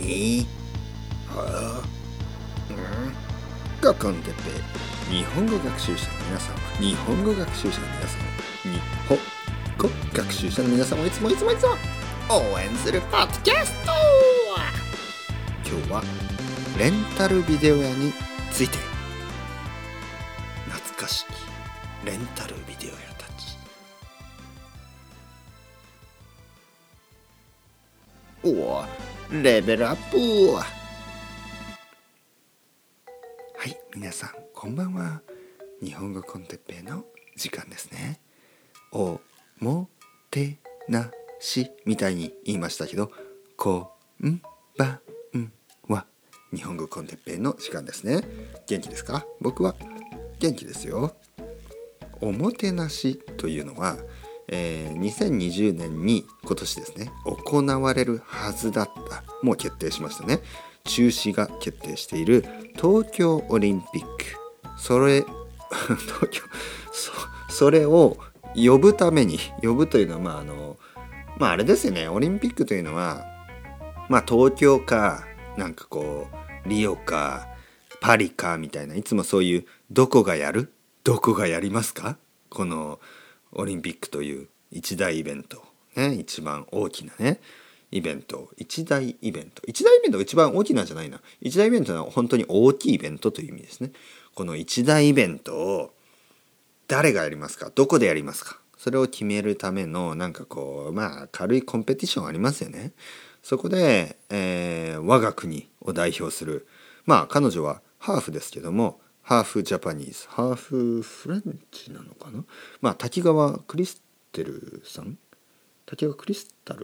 何はあ、コンテッペイ、日本語学習者の皆さん、日本語学習者の皆さん、日本語学習者の皆さんをいつも応援するポッドキャスト。今日はレンタルビデオ屋について。懐かしきレンタルビデオ屋たち。レベルアップ。はい、皆さんこんばんは。日本語コンテッペイの時間ですね。おもてなしみたいに言いましたけど、こんばんは。日本語コンテッペイの時間ですね。元気ですか？僕は元気ですよ。おもてなしというのは、2020年に今年ですね行われるはずだった、もう決定しましたね。中止が決定している東京オリンピック、それを呼ぶために、呼ぶというのはあれですよね。オリンピックというのは東京かなんかこうリオかパリかみたいな、いつもそういうどこがやりますか、このオリンピックという一大イベントね、一番大きなねイベント、一大イベントが一番大きなんじゃないな。一大イベントは本当に大きいイベントという意味ですね。この一大イベントを誰がやりますか、どこでやりますか、それを決めるためのなんかこう軽いコンペティションありますよね。そこで、我が国を代表する、彼女はハーフですけども、ハーフジャパニーズ、ハーフフレンチなのかな、滝川クリステルさん、滝川クリステ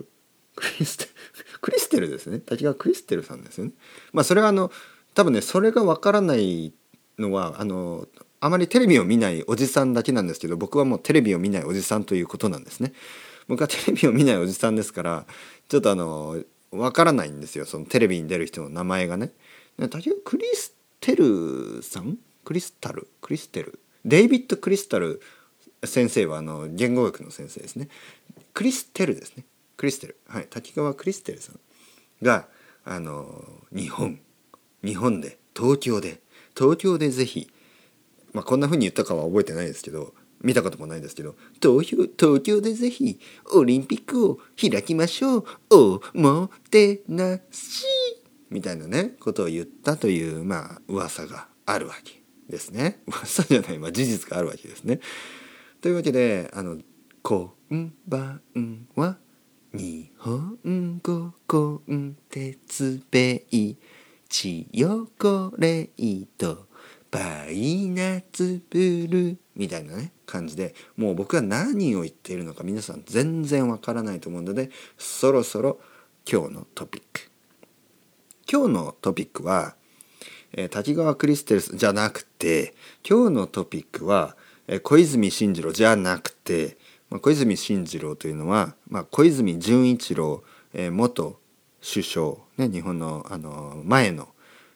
ルですね。滝川クリステルさんですよね。それは多分ね、それがわからないのはあまりテレビを見ないおじさんだけなんですけど、僕はもうテレビを見ないおじさんということなんですね。僕はテレビを見ないおじさんですから、ちょっとわからないんですよ、そのテレビに出る人の名前がね。滝川クリステルさん、クリステル、デイビッド・クリスタル先生は言語学の先生ですね。クリステルですね。クリステル、はい、滝川クリステルさんが日本で東京でぜひ、こんな風に言ったかは覚えてないですけど、見たこともないですけど、東京でぜひオリンピックを開きましょう、おもてなしみたいなねことを言ったという噂があるわけですね。噂じゃない、事実があるわけですね。というわけでこんばんは、日本語コンテツペイ、チヨコレイとパイナツプルみたいなね感じで、もう僕が何を言っているのか皆さん全然わからないと思うので、そろそろ今日のトピックは、滝川クリステルじゃなくて、今日のトピックは、小泉進次郎じゃなくて、小泉進次郎というのは、小泉純一郎、元首相、ね、日本の前の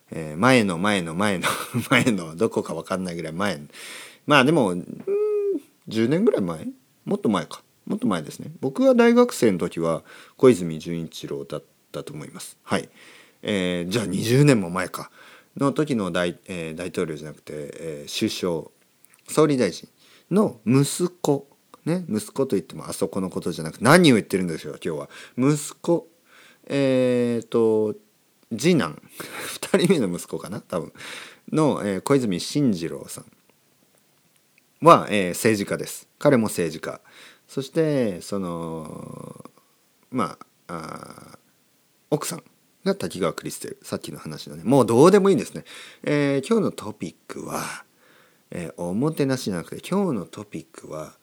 どこか分かんないぐらい前、でも10年ぐらい前、もっと前ですね。僕が大学生の時は小泉純一郎だったと思います。はい、じゃあ20年も前かの時の大統領じゃなくて、首相、総理大臣の息子ね、息子といってもあそこのことじゃなくて、何を言ってるんですよ今日は。息子、次男2人目の息子かな多分の、小泉進次郎さんは、政治家です。彼も政治家。そして奥さんが滝川クリステル、さっきの話のね、もうどうでもいいですね。今日のトピックは、おもてなしじゃなくて、今日のトピックは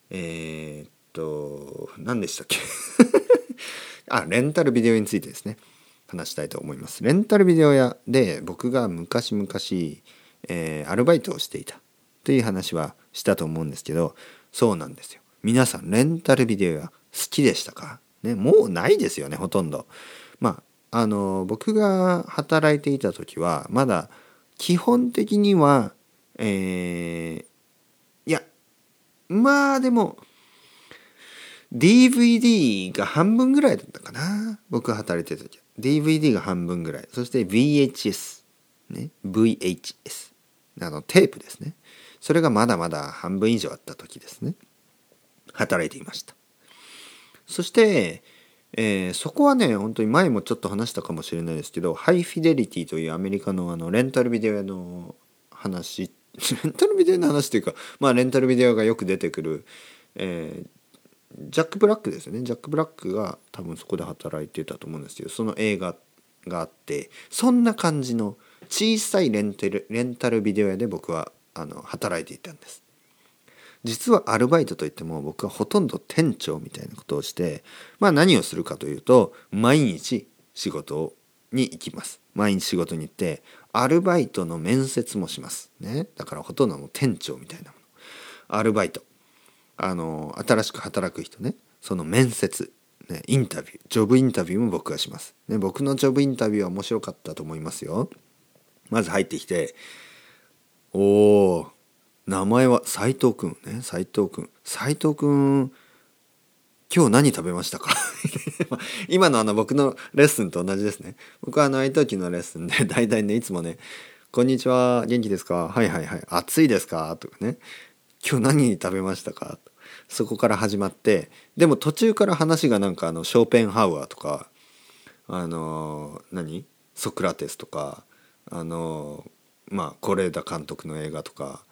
何でしたっけレンタルビデオについてですね、話したいと思います。レンタルビデオ屋で僕が昔々、アルバイトをしていたという話はしたと思うんですけど、そうなんですよ。皆さんレンタルビデオ屋好きでしたか、ね、もうないですよね、ほとんど。僕が働いていた時はまだ基本的には、でも DVD が半分ぐらいだったかな、僕が働いてる時は。 DVD が半分ぐらい、そして VHS ね、 VHS テープですね、それがまだまだ半分以上あった時ですね、働いていました。そして、そこはね、本当に前もちょっと話したかもしれないですけど、ハイフィデリティというアメリカのレンタルビデオ屋の話レンタルビデオの話というか、レンタルビデオがよく出てくる、ジャック・ブラックですよね。ジャック・ブラックが多分そこで働いてたと思うんですけど、その映画があって、そんな感じの小さいレンタルビデオ屋で僕は働いていたんです。実はアルバイトといっても僕はほとんど店長みたいなことをして、何をするかというと、毎日仕事に行きます。毎日仕事に行ってアルバイトの面接もしますね。だからほとんどもう店長みたいなもの。アルバイト、新しく働く人ね、その面接、ね、インタビュー、ジョブインタビューも僕がします、ね。僕のジョブインタビューは面白かったと思いますよ。まず入ってきて、名前は斉藤くんね。斉藤くん今日何食べましたか今の僕のレッスンと同じですね。僕は愛登記のレッスンで大体ね、いつもね、こんにちは、元気ですか、はいはいはい、暑いですかとかね、今日何食べましたか、そこから始まって、でも途中から話がショーペンハウアーとかソクラテスとか是枝監督の映画とか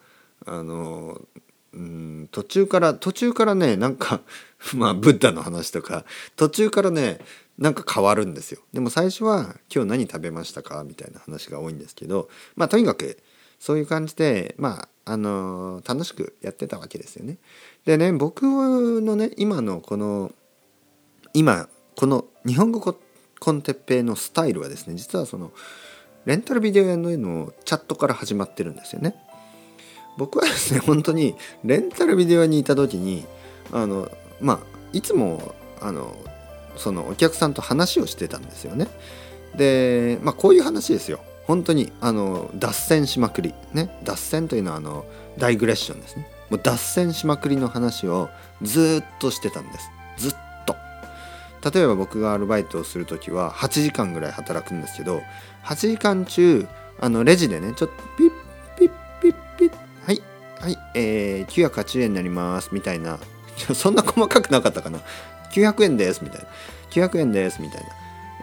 途中からね、ブッダの話とか途中からね変わるんですよ。でも最初は今日何食べましたかみたいな話が多いんですけど、とにかくそういう感じで楽しくやってたわけですよね。でね、僕のね今この日本語コンテッペイのスタイルはですね、実はレンタルビデオ屋のチャットから始まってるんですよね。僕はですね、本当にレンタルビデオ屋にいた時にいつもそのお客さんと話をしてたんですよね。でこういう話ですよ。本当に脱線しまくりね。脱線というのはダイグレッションですね。もう脱線しまくりの話をずっとしてたんです。ずっと。例えば僕がアルバイトをする時は8時間ぐらい働くんですけど、8時間中レジでね、ちょっとピッピッピッピッ、はいはい、980円になりますみたいな、そんな細かくなかったかな、900円ですみたいな、900円ですみたいな、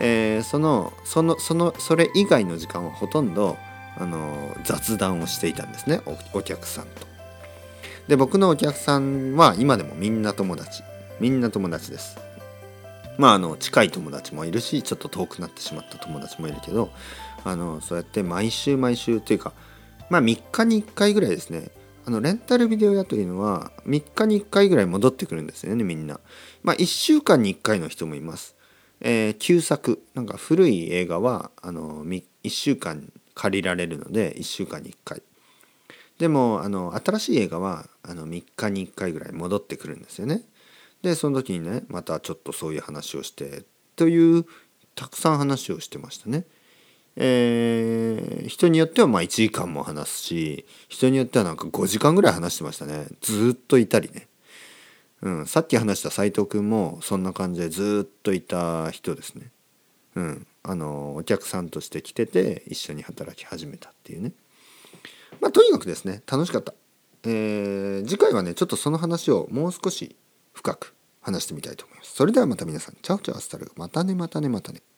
それ以外の時間はほとんど雑談をしていたんですね、お客さんと。で僕のお客さんは今でもみんな友達です。近い友達もいるし、ちょっと遠くなってしまった友達もいるけど、そうやって毎週というか3日に1回ぐらいですね。レンタルビデオ屋というのは3日に1回ぐらい戻ってくるんですよね、みんな。1週間に1回の人もいます。旧作古い映画は1週間借りられるので1週間に1回。でも新しい映画は3日に1回ぐらい戻ってくるんですよね。でその時にね、またちょっとそういう話をしてというたくさん話をしてましたね。人によっては1時間も話すし、人によっては5時間ぐらい話してましたね。ずっといたりね。さっき話した斉藤くんもそんな感じでずっといた人ですね。お客さんとして来てて一緒に働き始めたっていうね。とにかくですね、楽しかった。次回はね、ちょっとその話をもう少し深く話してみたいと思います。それではまた皆さん、チャオチャオアスタル、またねまたねまたね。